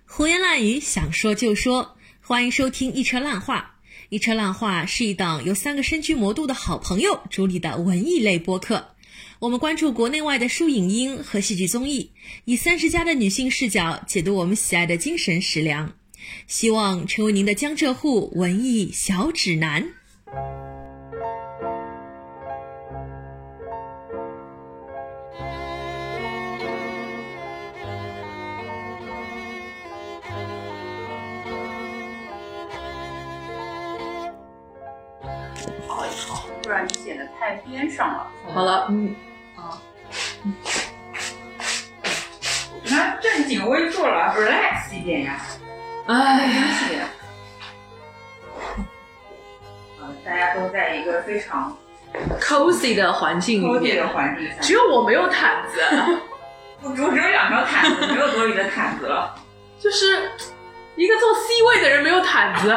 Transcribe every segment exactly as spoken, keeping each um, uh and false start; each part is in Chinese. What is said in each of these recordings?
胡言乱语，想说就说，欢迎收听一车烂话。一车烂话是一档由三个身居魔都的好朋友主理的文艺类播客。我们关注国内外的书影音和戏剧综艺，以三十加的女性视角解读我们喜爱的精神食粮，希望成为您的江浙沪文艺小指南。 不然你显得太边上了。 好了，嗯， 啊，那正襟危坐了 ，relax 一点呀， 哎， 休息点。啊，大家都在一个非常 cozy 的环境里面 cozy 的环境下， 只有我没有毯子， 我只有两条毯子，没有多余的毯子了。 就是一个做 C 位的人没有毯子。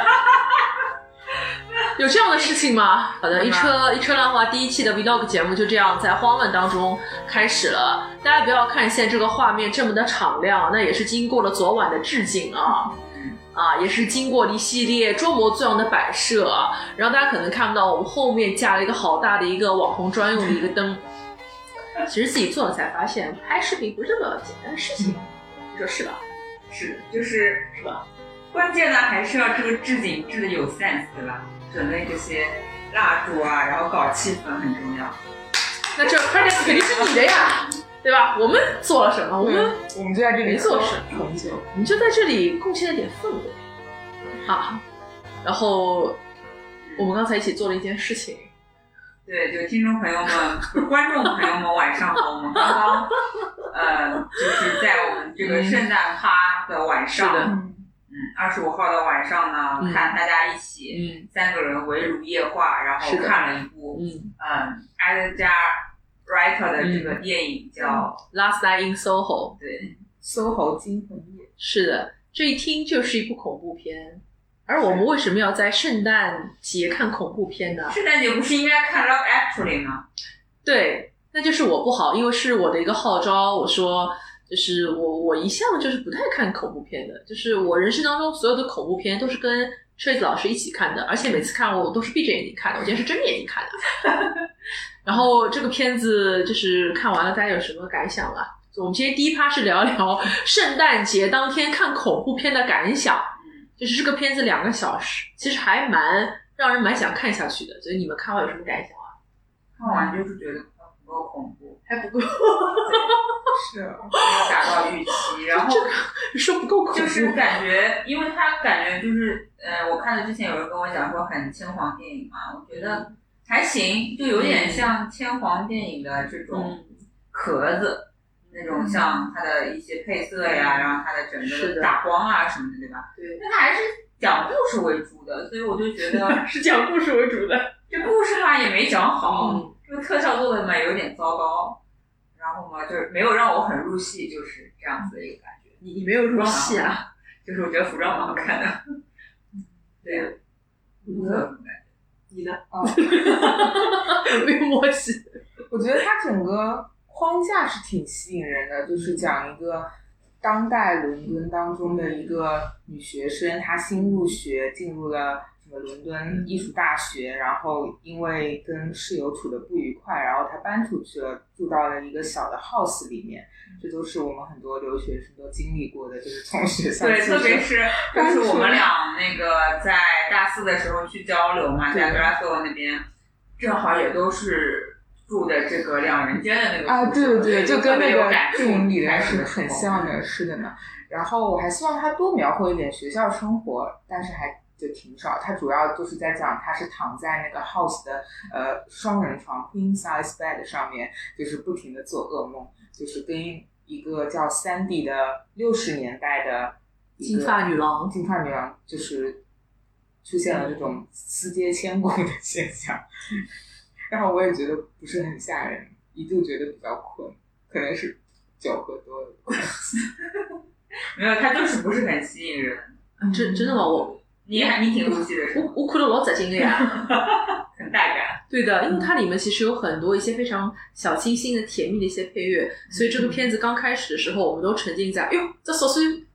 有这样的事情吗？好的，一车一车烂话第一期的 vlog 节目就这样在慌乱当中开始了。大家不要看现在这个画面这么的敞亮，那也是经过了昨晚的置景啊，啊，也是经过了一系列装模作样的摆设啊。然后大家可能看不到我们后面架了一个好大的一个网红专用的一个灯。其实自己做了才发现，拍视频不是这么简单的事情，你说是吧？ 是，就是是吧？ 关键呢，还是要这个置景置的有 sense， 对吧？准备这些蜡烛啊，然后搞气氛很重要。 那这 credit 肯定是你的呀，对吧？我们做了什么？我们我们就在这里没做什么， 红酒， 我们就在这里贡献了点氛围啊。然后我们刚才一起做了一件事情。 对，就听众朋友们、观众朋友们，晚上好！我们刚刚呃，就是在我们这个圣诞趴的晚上。 嗯嗯，二十五号的晚上呢， 嗯、 看大家一起、嗯、三个人围炉夜话，然后看了一部嗯嗯埃加 Writer 的这个电影叫、 嗯、Last Night in Soho， 对 ，Soho 惊魂夜。 是的，这一听就是一部恐怖片。而我们为什么要在圣诞节看恐怖片呢？ 圣诞节不是应该看 Love Actually 吗？ 对，那就是我不好，因为是我的一个号召，我说。就是我我一向就是不太看恐怖片的，就是我人生当中所有的恐怖片都是跟车子老师一起看的，而且每次看我都是闭着眼睛看的，我今天是睁着眼睛看的。然后这个片子就是看完了，大家有什么感想啊？我们今天第一趴是聊一聊圣诞节当天看恐怖片的感想，就是这个片子两个小时，其实还蛮让人蛮想看下去的，所以你们看完有什么感想啊？ 看完就是觉得不够恐怖， 还不够。 是没有达到预期，然后说不够恐怖， 就是感觉，因为他感觉就是，呃，我看了之前有人跟我讲说很千皇电影嘛，我觉得还行，就有点像千皇电影的这种壳子，嗯、那种像它的一些配色呀，嗯、然后它的整个的打光啊什么的，对吧？ 对， 但它还是讲故事为主的，所以我就觉得是讲故事为主的， 这故事嘛也没讲好， 嗯、 这个特效做的嘛有点糟糕。然后嘛，就是没有让我很入戏，就是这样子的一个感觉。 你你没有入戏啊？ 就是我觉得服装蛮好看的。对呀、啊， 我觉得你呢？ 啊， 没有默契。 我觉得它整个框架是挺吸引人的，就是讲一个当代伦敦当中的一个女学生，她新入学进入了伦敦艺术大学，然后因为跟室友处的不愉快，然后他搬出去了，住到了一个小的 house 里面。这都是我们很多留学生都经历过的，就是从学校对，特别是就是我们俩那个在大四的时候去交流嘛，在 Glasgow 那边，正好也都是住的这个两人间的那个啊，对对对，就跟那个电影里的是很像的，是的呢。然后我还希望他多描绘一点学校生活，但是还。就挺少，他主要就是在讲他是躺在那个 house 的呃双人床 queen size bed 上面，就是不停的做噩梦，就是跟一个叫 Sandy 的六十年代的金发女郎， 金发女郎就是出现了这种丝接千古的现象，然后我也觉得不是很吓人，一度觉得比较困，可能是酒喝多了的关系。 没有，他就是不是很吸引人。 真真的吗？我。 你还你挺入戏的是吗？ 我我看了老扎劲的呀， 很带感。 对的，因为它里面其实有很多一些非常小清新的、甜蜜的一些配乐，所以这个片子刚开始的时候，我们都沉浸在，哎呦，这琐碎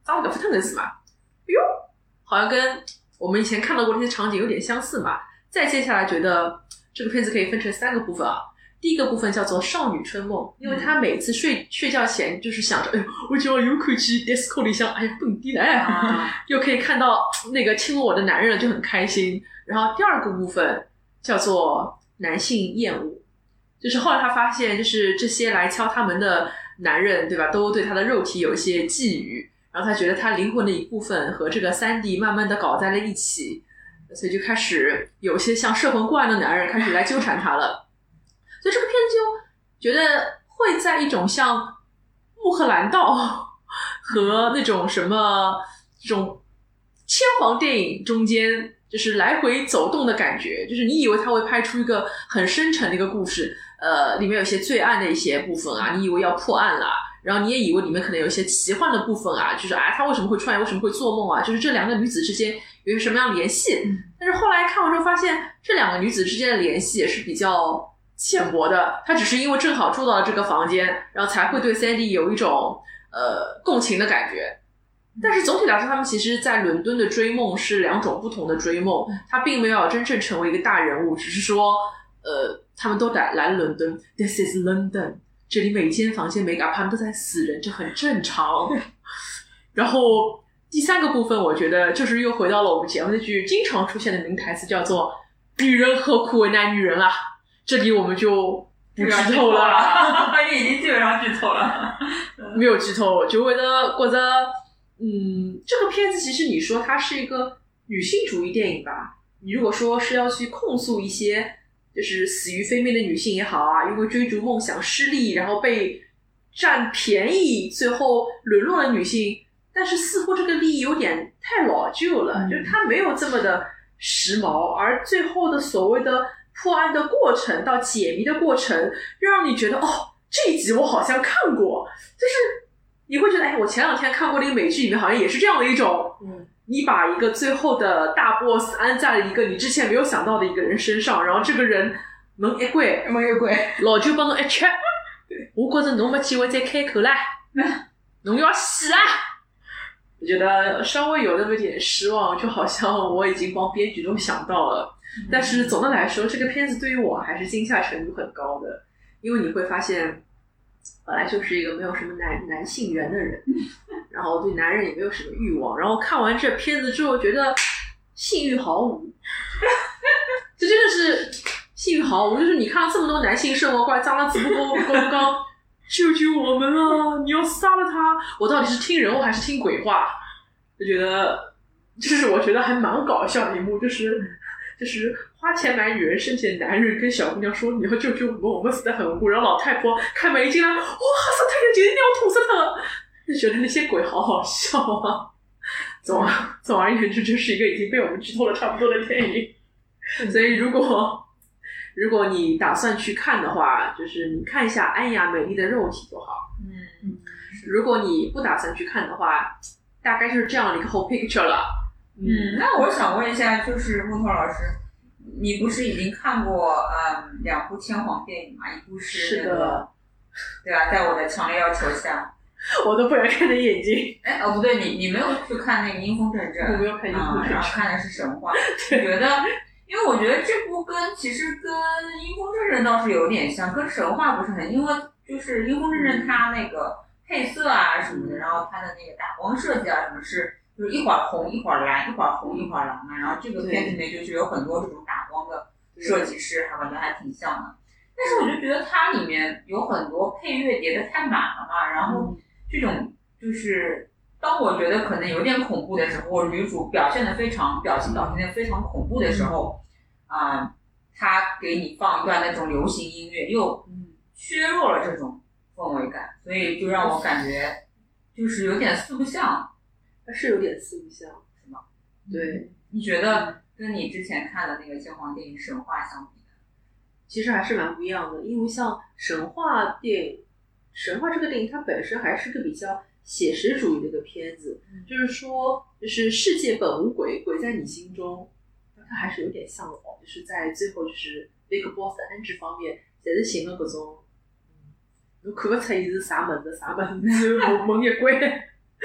长得搿副特能是嘛？哎呦，好像跟我们以前看到过那些场景有点相似嘛。再接下来觉得这个片子可以分成三个部分啊。第一个部分叫做少女春梦，因为他每次睡睡觉前就是想着，哎呦，我就要有口去 disco 里想，哎呀蹦迪来，啊、又可以看到那个亲我的男人了，就很开心。然后第二个部分叫做男性厌恶，就是后来他发现，就是这些来敲他门的男人，对吧，都对他的肉体有一些觊觎，然后他觉得他灵魂的一部分和这个三 D 慢慢的搞在了一起，所以就开始有些像摄魂怪的男人开始来纠缠他了。所以这个片子就觉得会在一种像穆赫兰道和那种什么这种千皇电影中间就是来回走动的感觉，就是你以为他会拍出一个很深沉的一个故事，呃，里面有一些罪案的一些部分啊，你以为要破案啦，然后你也以为里面可能有一些奇幻的部分啊，就是啊，他为什么会出来，为什么会做梦啊，就是这两个女子之间有一个什么样的联系。但是后来看完之后发现，这两个女子之间的联系也是比较浅薄的，他只是因为正好住到了这个房间，然后才会对 Sandy 有一种呃共情的感觉。但是总体来说，他们其实在伦敦的追梦是两种不同的追梦，他并没有真正成为一个大人物，只是说呃他们都来来了伦敦 This is London， 这里每间房间每个 apartment 都在死人，这很正常。然后第三个部分我觉得就是又回到了我们节目那句经常出现的名台词，叫做女人何苦为难女人啊，这里我们就不剧透了， 因为已经基本上剧透了。 没有剧透，就为了觉得嗯，这个片子其实你说它是一个女性主义电影吧，你如果说是要去控诉一些就是死于非命的女性也好啊，因为追逐梦想失利然后被占便宜最后沦落的女性，但是似乎这个利益有点太老旧了、嗯、就是它没有这么的时髦，而最后的所谓的破案的过程到解谜的过程让你觉得哦，这一集我好像看过，就是你会觉得哎，我前两天看过的一个美剧里面好像也是这样的一种嗯，你把一个最后的大 boss 安在了一个你之前没有想到的一个人身上，然后这个人能一跪能一跪老舅帮侬一吃，我觉着侬没机会再开口啦，侬要死啦。我觉得稍微有那么点失望，就好像我已经帮编剧都想到了、嗯、但是总的来说这个片子对于我还是惊吓程度很高的，因为你会发现本来就是一个没有什么男男性缘的人，然后对男人也没有什么欲望，然后看完这片子之后觉得性欲毫无这真的是性欲毫无，就是你看到这么多男性摄魂怪脏了只不过刚刚救救我们啊，你要杀了他，我到底是听人话还是听鬼话，就觉得就是我觉得还蛮搞笑的一幕，就是就是花钱买女人身体的男人跟小姑娘说你要救救我们，我们死得很无辜，然后老太婆开门一进来，哇，杀太阳姐姐尿吐死他了，就觉得那些鬼好好笑啊。总总而言之，这是一个已经被我们剧透了差不多的电影，所以如果如果你打算去看的话，就是你看一下安雅美丽的肉体就好。嗯，如果你不打算去看的话，大概就是这样的一个 whole picture 了。 嗯，那我想问一下，就是木头老师，你不是已经看过嗯两部千皇电影吗？一部是那个，对吧？在我的强烈要求下， 我都不敢看你眼睛。 哎，哦不对，你你没有去看那个《阴风阵阵》， 我没有看《阴风阵阵》， 然后看的是神话。你觉得？因为我觉得这部跟其实跟《阴风阵阵》倒是有点像，跟神话不是很，因为就是《阴风阵阵》它那个配色啊什么的，然后它的那个打光设计啊什么是。就是一会儿红一会儿蓝，一会儿红一会儿蓝嘛，然后这个片子里面就是有很多这种打光的设计师，还感觉还挺像的。但是我就觉得它里面有很多配乐叠的太满了嘛，然后这种就是当我觉得可能有点恐怖的时候，或者女主表现的非常表情表现的非常恐怖的时候，啊、呃，他给你放一段那种流行音乐，又削弱了这种氛围感，所以就让我感觉就是有点四不像。 它是有点四不像， 是吗？ 对， 你觉得跟你之前看的那个千皇电影《神话》相比， 其实还是蛮不一样的。因为像神话电影，神话这个电影它本身还是个比较写实主义的一个片子，嗯、就是说，就是世界本无鬼，鬼在你心中，它还是有点像哦，就是在最后就是 Big Boss 的安置方面，侪是寻了各种，嗯，侬看不出伊是啥门子啥门子，门门一关。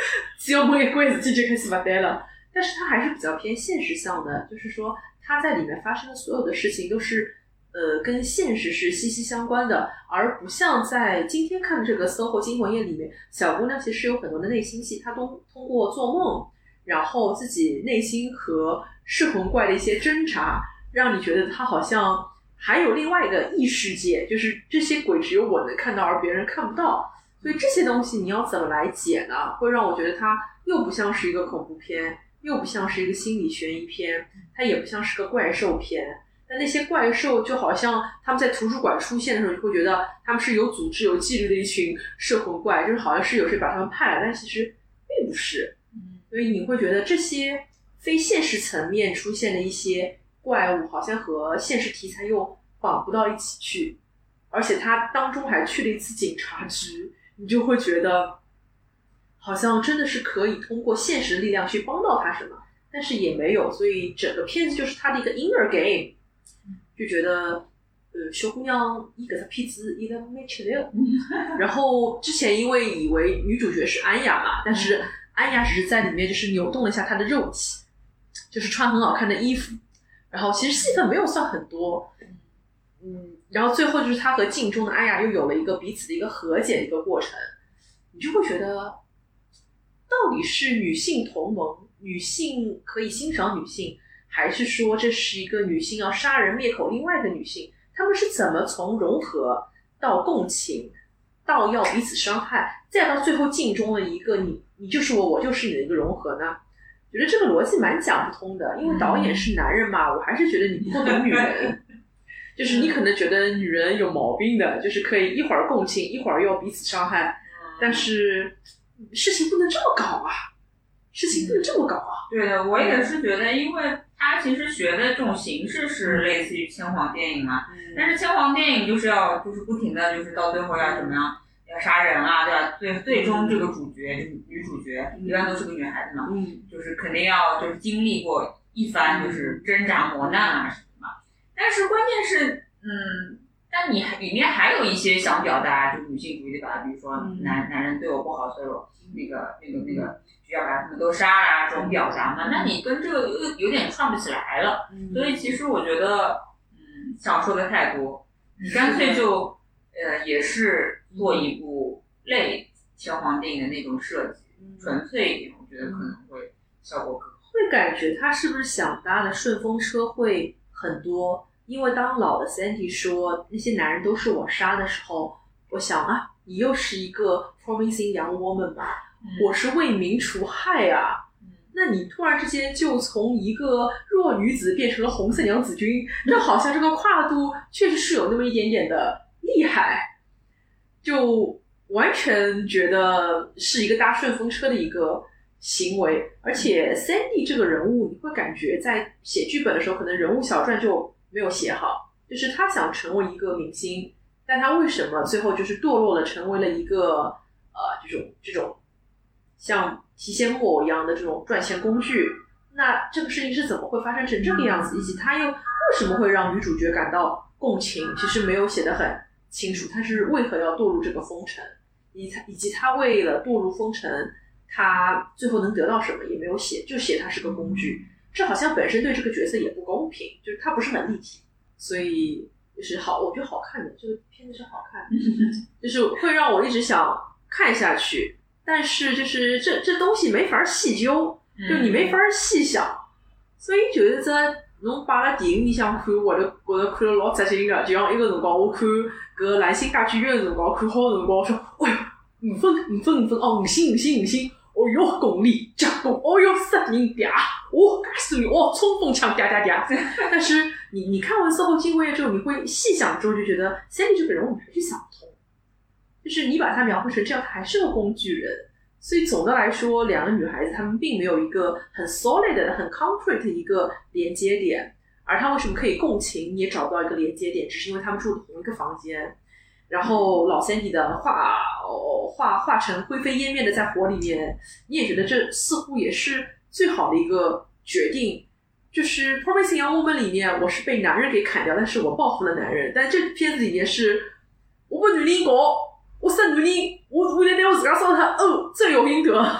只要问一关事体就开始不对了。但是它还是比较偏现实向的，就是说它在里面发生的所有的事情都是呃跟现实是息息相关的，而不像在今天看的这个 S O H O 惊魂夜里面，小姑娘其实有很多的内心戏，她都通过做梦，然后自己内心和噬魂怪的一些挣扎，让你觉得她好像还有另外一个异世界，就是这些鬼只有我能看到而别人看不到。所以这些东西你要怎么来解呢？会让我觉得它又不像是一个恐怖片，又不像是一个心理悬疑片，它也不像是个怪兽片。但那些怪兽就好像他们在图书馆出现的时候，你会觉得他们是有组织有纪律的一群摄魂怪，就是好像是有谁把他们派来，但其实并不是。所以你会觉得这些非现实层面出现的一些怪物好像和现实题材又绑不到一起去，而且它当中还去了一次警察局，你就会觉得好像真的是可以通过现实力量去帮到他什么，但是也没有。所以整个片子就是他的一个 inner game， 就觉得呃，小姑娘伊搿只片子伊拉蛮吃力的。然后之前因为以为女主角是安雅嘛，但是安雅只是在里面就是扭动了一下她的肉体，就是穿很好看的衣服，然后其实戏份没有算很多。嗯，然后最后就是他和镜中的安雅又有了一个彼此的一个和解的一个过程，你就会觉得到底是女性同盟，女性可以欣赏女性，还是说这是一个女性要杀人灭口另外一个女性，他们是怎么从融合到共情到要彼此伤害，再到最后镜中的一个你你就是我我就是你的一个融合呢？觉得这个逻辑蛮讲不通的，因为导演是男人嘛，我还是觉得你不够懂女人。就是你可能觉得女人有毛病的，就是可以一会儿共情，一会儿又彼此伤害，但是事情不能这么搞啊，事情不能这么搞啊。 对的，我也是觉得，因为他其实学的这种形式是类似于千皇电影嘛，嗯、但是千皇电影就是要就是不停的就是到最后要怎么样，要杀人啊，对吧？最最终这个主角、嗯、女主角一般都是个女孩子嘛，嗯，就是肯定要就是经历过一番就是挣扎磨难啊什么。但是关键是，嗯，但你里面还有一些想表达，就是女性主义的表达，比如说男、嗯、男人对我不好，所以我那个那个那个需要把他们都杀啊这种表达嘛，那你跟这个有有点串不起来了。嗯、所以其实我觉得，嗯，想说的太多，你干脆就呃也是做一部类千皇电影的那种设计，嗯、纯粹一点，我觉得可能会效果更好。 会感觉他是不是想搭的顺风车会很多？因为当老的 Sandy 说那些男人都是我杀的时候，我想啊，你又是一个 promising young woman 吧，嗯、我是为民除害啊，嗯、那你突然之间就从一个弱女子变成了红色娘子军，这好像这个跨度确实是有那么一点点的厉害，就完全觉得是一个搭顺风车的一个行为。而且 Sandy 这个人物，你会感觉在写剧本的时候可能人物小传就没有写好，就是他想成为一个明星，但他为什么最后就是堕落了，成为了一个呃这种这种像提线木偶一样的这种赚钱工具？那这个事情是怎么会发生成这个样子，以及他又为什么会让女主角感到共情？其实没有写得很清楚，他是为何要堕入这个风尘，以及以及他为了堕入风尘，他最后能得到什么也没有写，就写他是个工具。这好像本身对这个角色也不公平，就是他不是很立体，所以就是好，我觉得好看的这个片子是好看的，就是会让我一直想看下去。但是就是这这东西没法细究，就你没法细想，所以就是在侬摆辣电影里向看，或者觉得看了老扎劲个，就像一个辰光我看搿兰心大剧院的辰光，看好的辰光，我说，哎哟，五分五分五分哦，五星五星五星。哦哟，功力加工，哦哟，杀人嗲，哦，介所以哦，冲锋枪嗲嗲嗲。但是你你看完《S O H O 惊魂夜》之后，你会细想之后就觉得 Sandy 这个人我们还是想不通，就是你把他描绘成这样，他还是个工具人。所以总的来说，两个女孩子她们并没有一个很 solid 的、很 concrete 的一个连接点，而她为什么可以共情，你也找不到一个连接点，只是因为她们住同一个房间。然后老 Sandy 的化哦化化成灰飞烟灭的在火里面，你也觉得这似乎也是最好的一个决定。就是 Promising Young Woman 里面，我是被男人给砍掉，但是我报复了男人。但这片子里面是，我把女人搞，我杀女人，我为了拿我自家烧他，哦，罪有应得。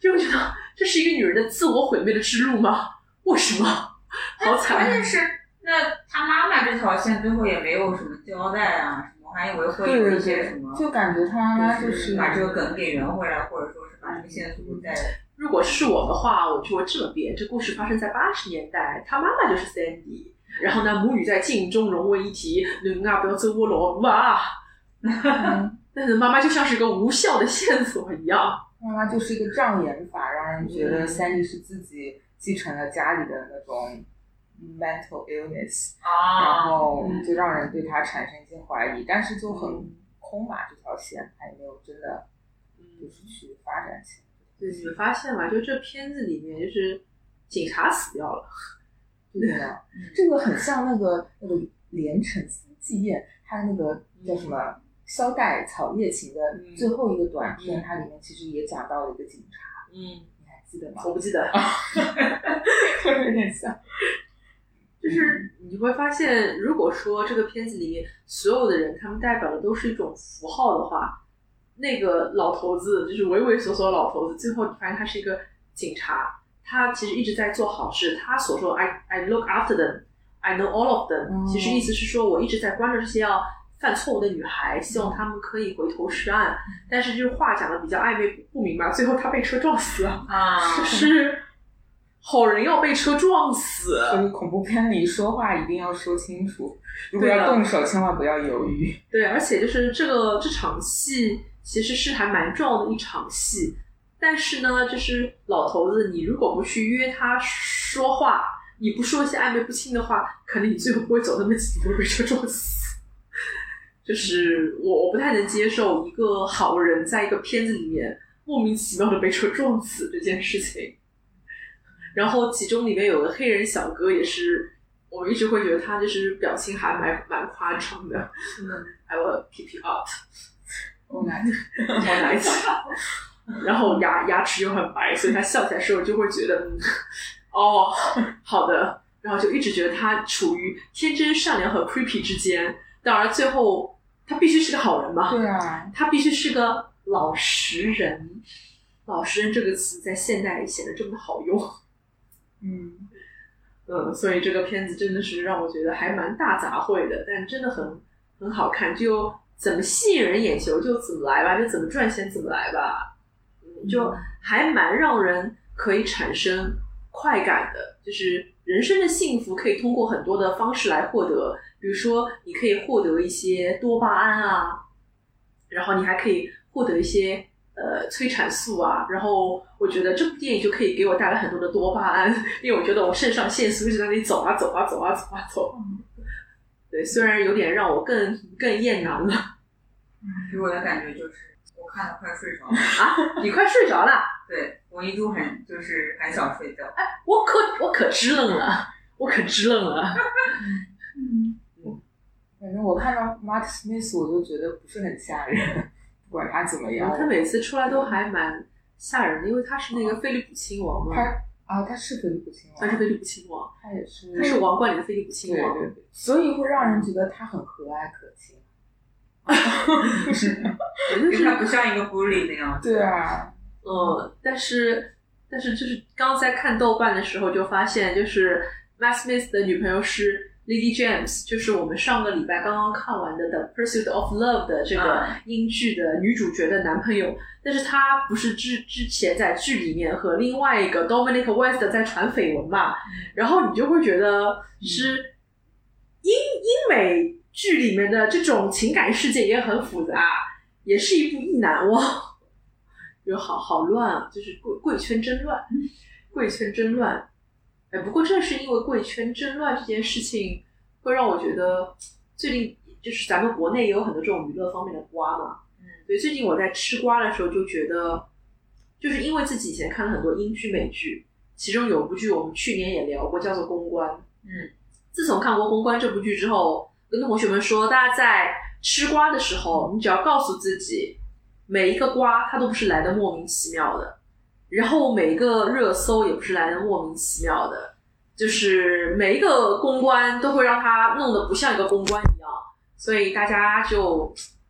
就觉得这是一个女人的自我毁灭的之路吗？为什么？好惨！ 关键是那他妈妈这条线最后也没有什么交代啊，什么还以为会有一些什么， 就感觉他妈妈就是把这个梗给圆回来，或者说是把这个线索再。 如果是我的话，我就会这么编：这故事发生在八十年代，他妈妈就是 Sandy， 然后呢，母女在镜中融为一体，人啊不要走我路哇！但是妈妈就像是个无效的线索一样， 妈妈就是一个障眼法，让人觉得 Sandy 是自己继承了家里的那种 mental illness，、 啊、 然后就让人对他产生一些怀疑，但是就很空嘛，这条线还没有真的就是去发展起来。 对，你们发现吗？就这片子里面，就是警察死掉了。 对的，这个很像那个那个连城司纪宴，他那个叫什么萧代草叶情的最后一个短片，它里面其实也讲到了一个警察。 嗯， 你还记得吗？ 我不记得， 有点像。 就是你会发现，如果说这个片子里面所有的人，他们代表的都是一种符号的话，那个老头子就是畏畏缩缩的老头子，最后你发现他是一个警察，他其实一直在做好事。他所说 I I look after them, I know all of them，、嗯、其实意思是说我一直在关注这些要犯错误的女孩，希望他们可以回头是岸。嗯、但是就是话讲的比较暧昧不明白，最后他被车撞死了啊！就是好人要被车撞死。 所以恐怖片里说话一定要说清楚，如果要动手，千万不要犹豫。 对，而且就是这个这场戏其实是还蛮重要的一场戏，但是呢，就是老头子，你如果不去约他说话，你不说一些暧昧不清的话，可能你最后不会走那么几步被车撞死。就是我我不太能接受一个好人在一个片子里面莫名其妙的被车撞死这件事情。然后其中里面有个黑人小哥，也是我一直会觉得他就是表情还蛮蛮夸张的。嗯 I will keep you up。 我来， 我来起，然后牙牙齿又很白，所以他笑起来的时候就会觉得，嗯，哦，好的，然后就一直觉得他处于天真善良和 creepy 之间。当然，最后他必须是个好人嘛， 对啊， 他必须是个老实人。老实人这个词在现代里显得这么好用， 嗯嗯，所以这个片子真的是让我觉得还蛮大杂烩的，但真的很很好看，就怎么吸引人眼球就怎么来吧，就怎么赚钱怎么来吧，嗯，就还蛮让人可以产生快感的。就是人生的幸福可以通过很多的方式来获得，比如说你可以获得一些多巴胺啊，然后你还可以获得一些呃催产素啊，然后我觉得这部电影就可以给我带来很多的多巴胺，因为我觉得我肾上腺素一直在那里走啊走啊走啊走啊走。对，虽然有点让我更更厌男了。 给我的感觉就是我看了快睡着了啊！你快睡着了？ 对，我一度很就是很想睡觉。 哎，我可我可支棱了，我可支棱了。 嗯嗯，反正我看到 Matt Smith 我就觉得不是很吓人，不管他怎么样， 他每次出来都还蛮吓人的，因为他是那个菲利普亲王嘛。 他啊，他是菲利普亲王， 他是菲利普亲王， 他也是， 他是王冠里的菲利普亲王， 对对对，所以会让人觉得他很和蔼可亲。 就是他不像一个 bully 那样子。 对啊， 嗯，但是但是就是刚刚在看豆瓣的时候就发现，就是 Matt Smith 的女朋友是 Lily James， 就是我们上个礼拜刚刚看完的 The Pursuit of Love 的这个英剧的女主角的男朋友，但是他不是之之前在剧里面和另外一个 Dominic West 在传绯闻嘛，然后你就会觉得是英英美剧里面的这种情感世界也很复杂，也是一部意难忘，就好好乱啊，就是贵贵圈真乱，贵圈真乱。哎，不过正是因为贵圈真乱这件事情，会让我觉得最近就是咱们国内也有很多这种娱乐方面的瓜嘛。嗯，所以最近我在吃瓜的时候就觉得，就是因为自己以前看了很多英剧美剧，其中有部剧我们去年也聊过，叫做《公关》。嗯，自从看过《公关》这部剧之后，跟同学们说，大家在吃瓜的时候，你只要告诉自己，每一个瓜它都不是来的莫名其妙的，然后每一个热搜也不是来的莫名其妙的，就是每一个公关都会让它弄得不像一个公关一样，所以大家就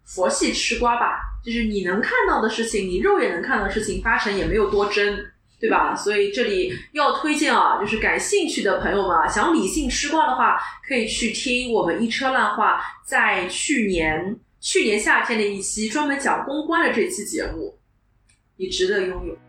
佛系吃瓜吧，就是你能看到的事情，你肉眼能看到的事情发生也没有多真，对吧？所以这里要推荐啊，就是感兴趣的朋友们啊，想理性吃瓜的话，可以去听我们一车烂话在去年去年夏天的一期专门讲公关的这期节目，你值得拥有。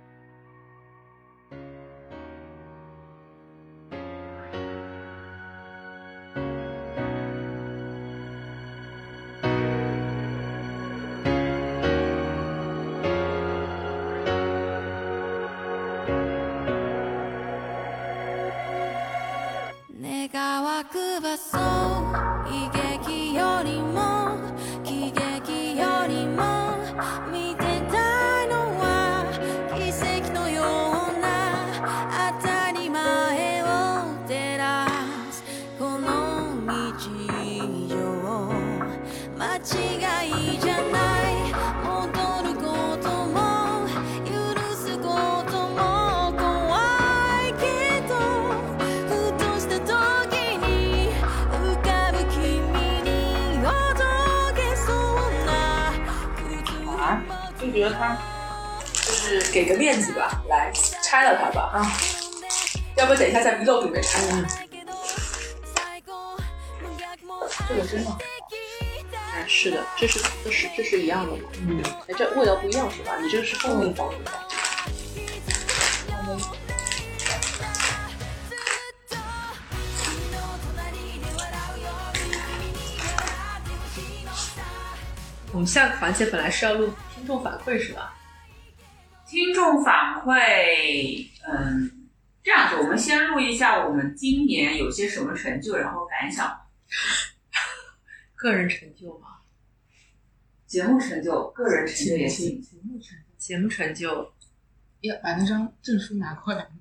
就觉得他就是给个面子吧，来拆了它吧啊！要不等一下在 vlog 里面拆。嗯， 这个真的， 哎，是的，这是这是这是一样的嘛？嗯，哎，这味道不一样是吧？你这个是蜂蜜黄油的。我们下个环节本来是要录听众反馈是吧？ 听众反馈，嗯，这样子，我们先录一下我们今年有些什么成就，然后感想。 个人成就吗？ 节目成就，个人成就也行。 节目成就， 节目成就， 要把那张证书拿过来。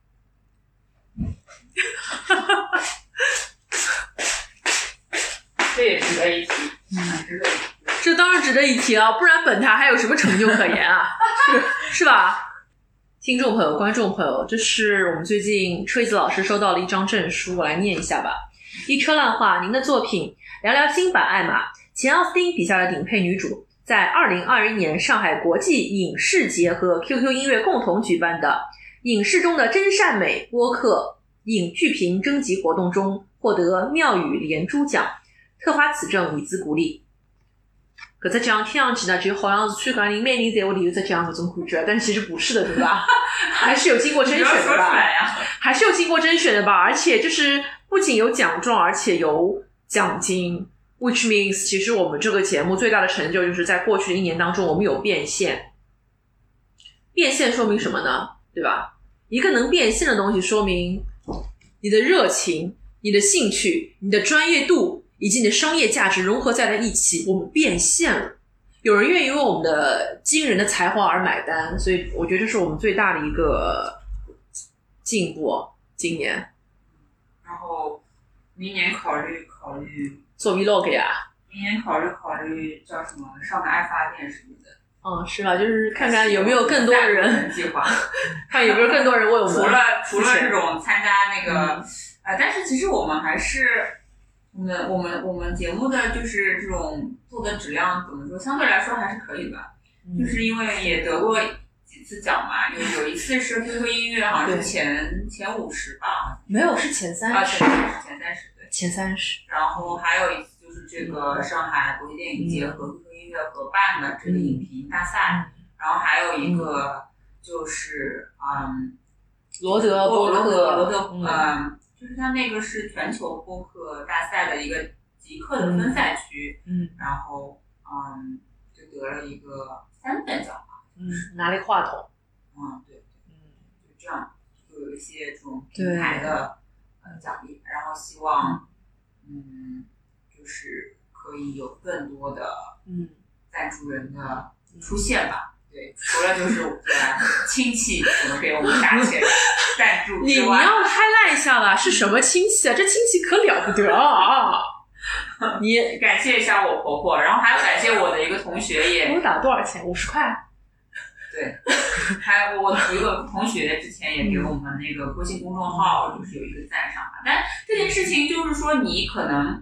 这也值得一提，嗯，值得一提。 这当然值得一提了，不然本台还有什么成就可言啊？是是吧？听众朋友、观众朋友，这是我们最近吹子老师收到了一张证书，我来念一下吧。一车烂话，您的作品聊聊新版艾玛，前奥斯汀笔下的顶配女主，在二零二一年上海国际影视节和 Q Q 音乐共同举办的影视中的真善美播客影剧评征集活动中获得妙语连珠奖，特发此证以资鼓励。搿只奖听上去呢，就好像是全港人每人侪会里有只奖搿种感觉，但其实不是的，对吧？还是有经过甄选的吧？还是有经过甄选的吧？而且就是不仅有奖状，而且有奖金 ，which means 其实我们这个节目最大的成就就是在过去的一年当中，我们有变现。变现说明什么呢？对吧？一个能变现的东西，说明你的热情、你的兴趣、你的专业度。以及你的商业价值融合在了一起，我们变现了。有人愿意为我们的惊人的才华而买单，所以我觉得这是我们最大的一个进步。今年， 然后明年考虑考虑做 vlog 呀。 明年考虑考虑叫什么上个爱发电什么的。 嗯，是吧？就是看看有没有更多人计划， 看有没有更多人为我们。 除了除了这种参加那个，嗯、呃，但是其实我们还是。我们我们我们节目的就是这种做的质量怎么说，相对来说还是可以吧。嗯、就是因为也得过几次奖嘛，有有一次是 Q Q 音乐，好像是前前五十吧， 没有是前三十， 啊前三十前三十对前三十。 然后还有一次就是这个上海国际电影节和 Q Q 音乐合办的这个影评大赛，嗯、然后还有一个就是嗯罗德播客罗德嗯。就是它那个是全球播客大赛的一个极客的分赛区， 嗯， 然后嗯就得了一个三等奖吧， 嗯，拿了一个话筒， 嗯对，嗯就这样，就有一些这种平台的呃奖励，然后希望嗯就是可以有更多的嗯赞助人的出现吧。对，除了就是我的亲戚可能给我们打钱赞助之外， 你你要 highlight 一下了，是什么亲戚啊？这亲戚可了不得啊！你感谢一下我婆婆，然后还要感谢我的一个同学也。 我打多少钱？五十块。 对，还有我有一个同学之前也给我们那个微信公众号就是有一个赞赏嘛，但这件事情就是说你可能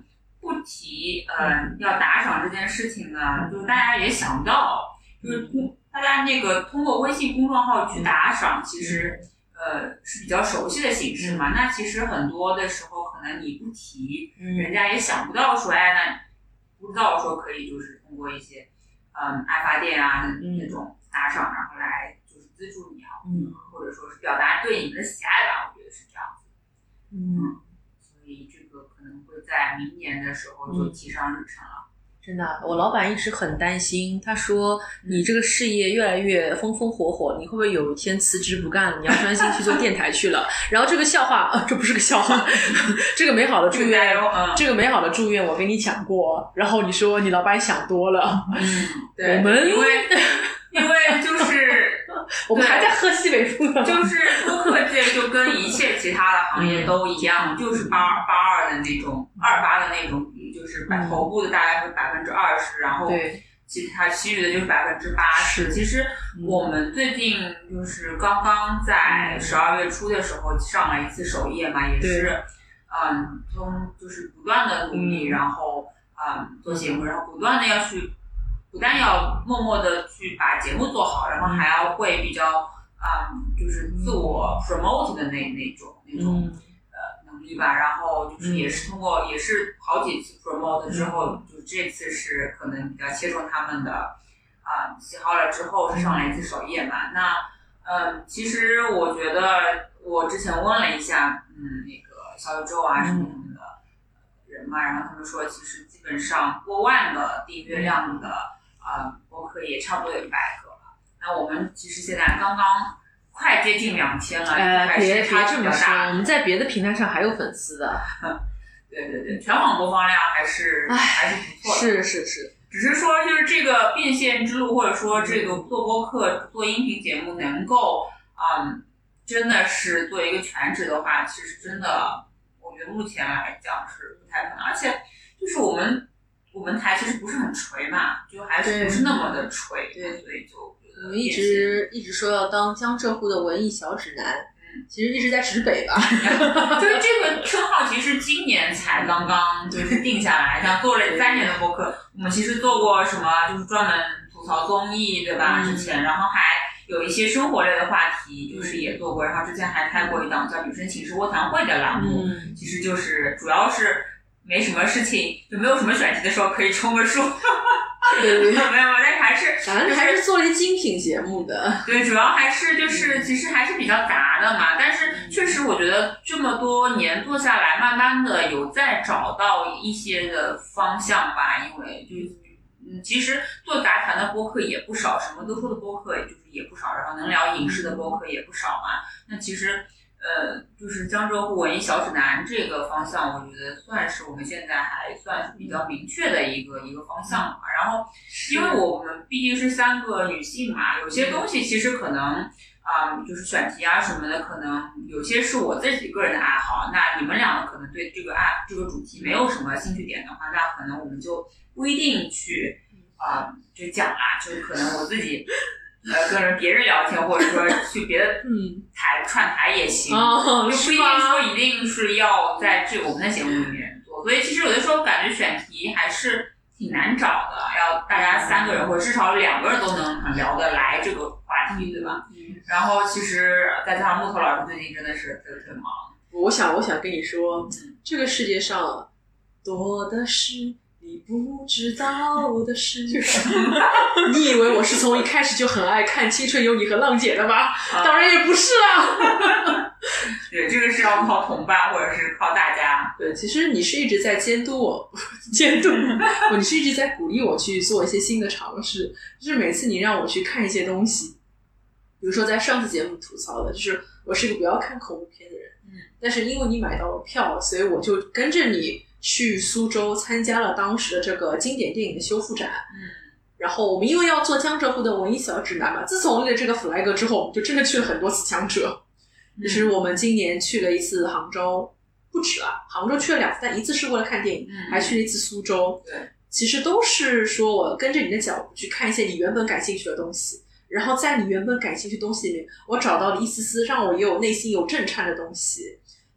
不提呃要打赏这件事情呢，就是大家也想不到，就是大家那个通过微信公众号去打赏，其实呃是比较熟悉的形式嘛。那其实很多的时候可能你不提，人家也想不到说，哎，那不知道说可以就是通过一些嗯爱发电啊那种打赏，然后来就是资助你啊，嗯，或者说是表达对你们的喜爱吧，我觉得是这样子。嗯，所以这个可能会在明年的时候就提上日程了。 真的，我老板一直很担心，他说你这个事业越来越风风火火，你会不会有一天辞职不干了？你要专心去做电台去了。然后这个笑话，呃、这不是个笑话，这个美好的祝愿， 嗯、 这个美好的祝愿我跟你讲过，然后你说你老板想多了。 嗯，对， 我们因为因为就是我们还在喝西北风呢， 就是播客界就跟一切其他的行业都一样，嗯、就是八二八二的那种二八的那种。就是百头部的大概是百分之二十，然后其他其余的就是百分之八十。其实我们最近就是刚刚在十二月初的时候上了一次首页嘛，也是嗯，从就是不断的努力，然后嗯做节目，然后不断的要去，不但要默默的去把节目做好，然后还要会比较嗯就是自我 promote 的那那种那种。嗯吧，然后就是也是通过、嗯、也是好几次 promote 之后，嗯、就这次是可能比较切中他们的啊、呃、喜好了之后是上来一次首页嘛。嗯、那嗯，其实我觉得我之前问了一下，嗯，那个小宇宙啊什么什么的人嘛，然后他们说其实基本上过万的订阅量的呃播客也差不多有一百个了。那我们其实现在刚刚。快接近两千了， 呃，别别这么说，我们在别的平台上还有粉丝的。 对对对，全网播放量还是还是不错的。 是是是， 只是说就是这个变现之路，或者说这个做播客、做音频节目能够，嗯，真的是做一个全职的话，其实真的，我觉得目前来讲是不太可能。而且就是我们我们台其实不是很垂嘛，就还是不是那么的垂，对，所以就。 我们一直一直说要当江浙沪的文艺小指南，嗯，其实一直在指北吧。 就是这个称号其实今年才刚刚就是定下来，像做了三年的播客，我们其实做过什么，就是专门吐槽综艺，对吧？嗯、之前，然后还有一些生活类的话题，就是也做过，然后之前还开过一档叫《女生寝室卧谈会》的栏目，嗯、其实就是主要是没什么事情，就没有什么选题的时候可以冲个数。 对对对， 没有，但还是反正还是做了一精品节目的。 对，主要还是就是其实还是比较杂的嘛。但是确实，我觉得这么多年做下来，慢慢的有在找到一些的方向吧。因为就是嗯，其实做杂谈的播客也不少，什么都说的播客也就是也不少，然后能聊影视的播客也不少嘛。那其实。呃，就是江浙沪文艺小指南这个方向，我觉得算是我们现在还算是比较明确的一个一个方向嘛。然后，因为我们毕竟是三个女性嘛，有些东西其实可能啊、呃，就是选题啊什么的，可能有些是我自己个人的爱好。那你们两个可能对这个爱这个主题没有什么兴趣点的话，那可能我们就不一定去啊、呃、就讲啦，就可能我自己。呃，跟人别人聊天，或者说去别的台、嗯、串台也行， 哦、 就不一定说一定是要在这我们的节目里面做。所以其实有的时候感觉选题还是挺难找的，要大家三个人或者至少两个人都能很聊得来这个话题，对吧？嗯、然后其实再加上木头老师最近真的是特别忙。 我想，我想跟你说，嗯、这个世界上多的是。你不知道的事，你以为我是从一开始就很爱看《青春有你》和《浪姐》的吗？啊、当然也不是啊。 对，这个是要靠同伴或者是靠大家。 对，其实你是一直在监督我，监督我，你是一直在鼓励我去做一些新的尝试。就是每次你让我去看一些东西，比如说在上次节目吐槽的，就是我是一个不要看恐怖片的人，嗯，但是因为你买到了票，所以我就跟着你。去苏州参加了当时的这个经典电影的修复展，嗯，然后我们因为要做江浙沪的文艺小指南嘛，自从立了这个 flag 之后，我们就真的去了很多次江浙。嗯、就是我们今年去了一次杭州，不止啊，杭州去了两次，但一次是为了看电影，嗯、还去了一次苏州。 对， 其实都是说我跟着你的脚步去看一些你原本感兴趣的东西，然后在你原本感兴趣的东西里面，我找到了一丝丝让我也有内心有震颤的东西。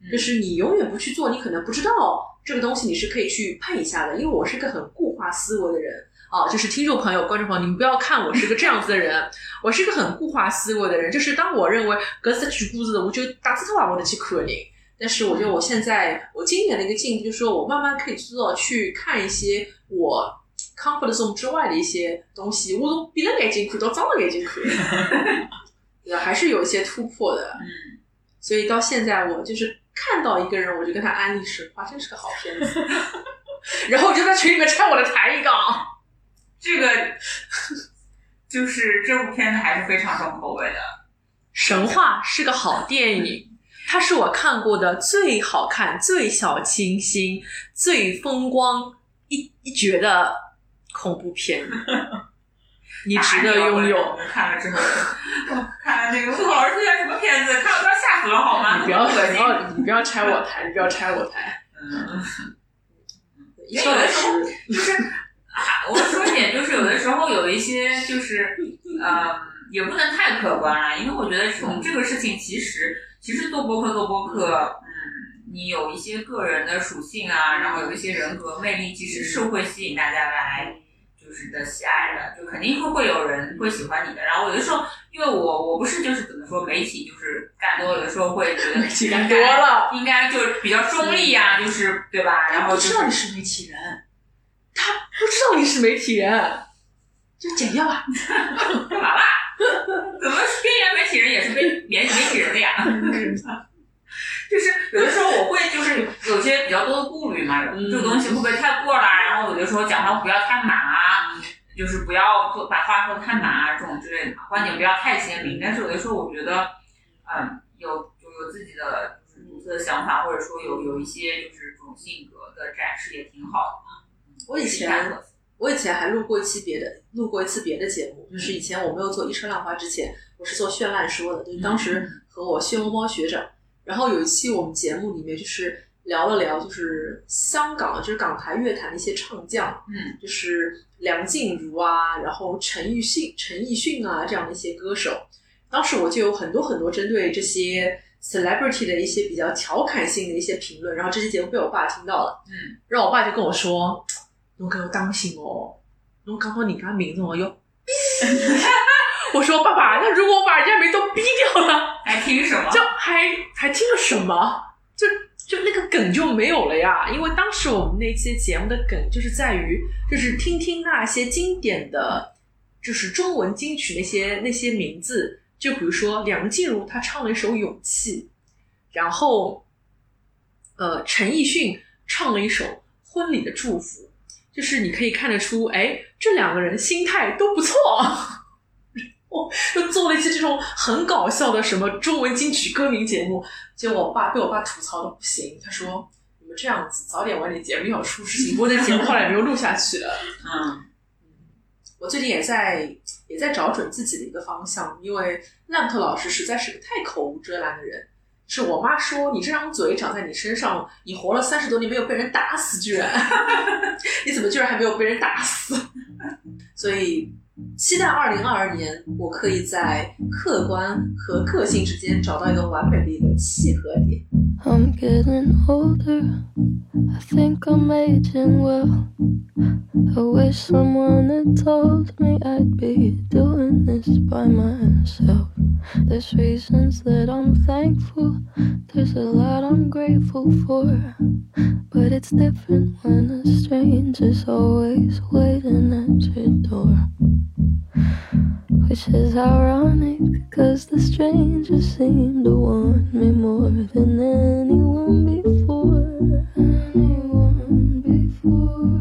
就是你永远不去做，你可能不知道这个东西你是可以去碰一下的。因为我是一个很固化思维的人啊，就是听众朋友观众朋友，你们不要看我是个这样子的人，我是一个很固化思维的人，就是当我认为搿是句故事，我就打字头啊我得去看人。但是我觉得我现在我今年的一个进步就是说我慢慢可以知道去看一些我 comfort zone 之外的一些东西，我从闭了眼睛看到张了眼睛看还是有一些突破的。 嗯， 所以到现在我就是看到一个人我就跟他安利实话，真是个好片子然后我就在群里面拆我的台一杠。 这个就是这部片子还是非常重口味的。 神话是个好电影，它是我看过的最好看、最小清新、最风光一一绝的恐怖片。你值得拥有。 看了之后，看了那个不好是件什么片子？看了都要吓死了好吗？ 你不要，你不要，你不要拆我台，你不要拆我台。 嗯， 有的时候就是，我说一点，就是有的时候有一些就是，嗯，也不能太客观了，因为我觉得从这个事情其实，其实做播客做播客，嗯，你有一些个人的属性啊，然后有一些人格魅力，其实是会吸引大家来。就是的喜爱的，就肯定会会有人会喜欢你的。然后有的时候，因为我我不是就是怎么说媒体就是干多，有的时候会觉得媒体干多了， 应该就比较中立啊，就是对吧？然后、就是、 他不知道你是媒体人，他不知道你是媒体人，就剪掉吧。 干嘛啦？怎么边缘媒体人也是被媒媒体人的呀？就是有的时候我会就是有些比较多的顾虑嘛，嗯、这个东西会不会太过啦？然后有的时候讲话不要太满啊，嗯、就是不要做把话说得太满啊，这种之类的观点不要太鲜明。但是有的时候我觉得，嗯，有就有自己的就是独特的想法，或者说有有一些就是这种性格的展示也挺好的。 我以前我以前还录过一期别的，录过一次别的节目，就是以前我没有做一车浪花之前，我是做绚烂说的，就是当时和我谢猫猫学长。然后有一期我们节目里面就是聊了聊，就是香港就是港台乐坛的一些唱将， 嗯， 就是梁静茹啊，然后陈奕迅、陈奕迅啊这样的一些歌手。当时我就有很多很多针对这些 celebrity 的一些比较调侃性的一些评论，然后这期节目被我爸听到了， 嗯， 然后我爸就跟我说：“侬给我当心哦，侬讲到人家名字哦要。”我说爸爸，那如果我把人家名都逼掉了， 还听什么？ 就还还听了什么？就就那个梗就没有了呀。因为当时我们那期节目的梗就是在于，就是听听那些经典的，就是中文金曲那些那些名字，就比如说梁静茹她唱了一首《勇气》，然后呃陈奕迅唱了一首《婚礼的祝福》，就是你可以看得出，哎，这两个人心态都不错。就做了一些这种很搞笑的什么中文金曲歌名节目，结果我爸被我爸吐槽的不行，他说你们这样子早点晚点节目要出事情，不过这节目后来没有录下去了。 嗯， 我最近也在也在找准自己的一个方向，因为烂特老师实在是个太口无遮拦的人。是我妈说你这张嘴长在你身上，你活了三十多年没有被人打死，居然你怎么居然还没有被人打死？所以期待二零二二年我可以在客观和个性之间找到一个完美的一个契合点。 I'm getting older, I think I'm aging well. I wish someone had told me I'd be doing this by myself. There's reasons that I'm thankful, there's a lot I'm grateful for, but it's different when a stranger's always waiting at your door.Which is ironic, cause the stranger seemed to want me more than anyone before, anyone before.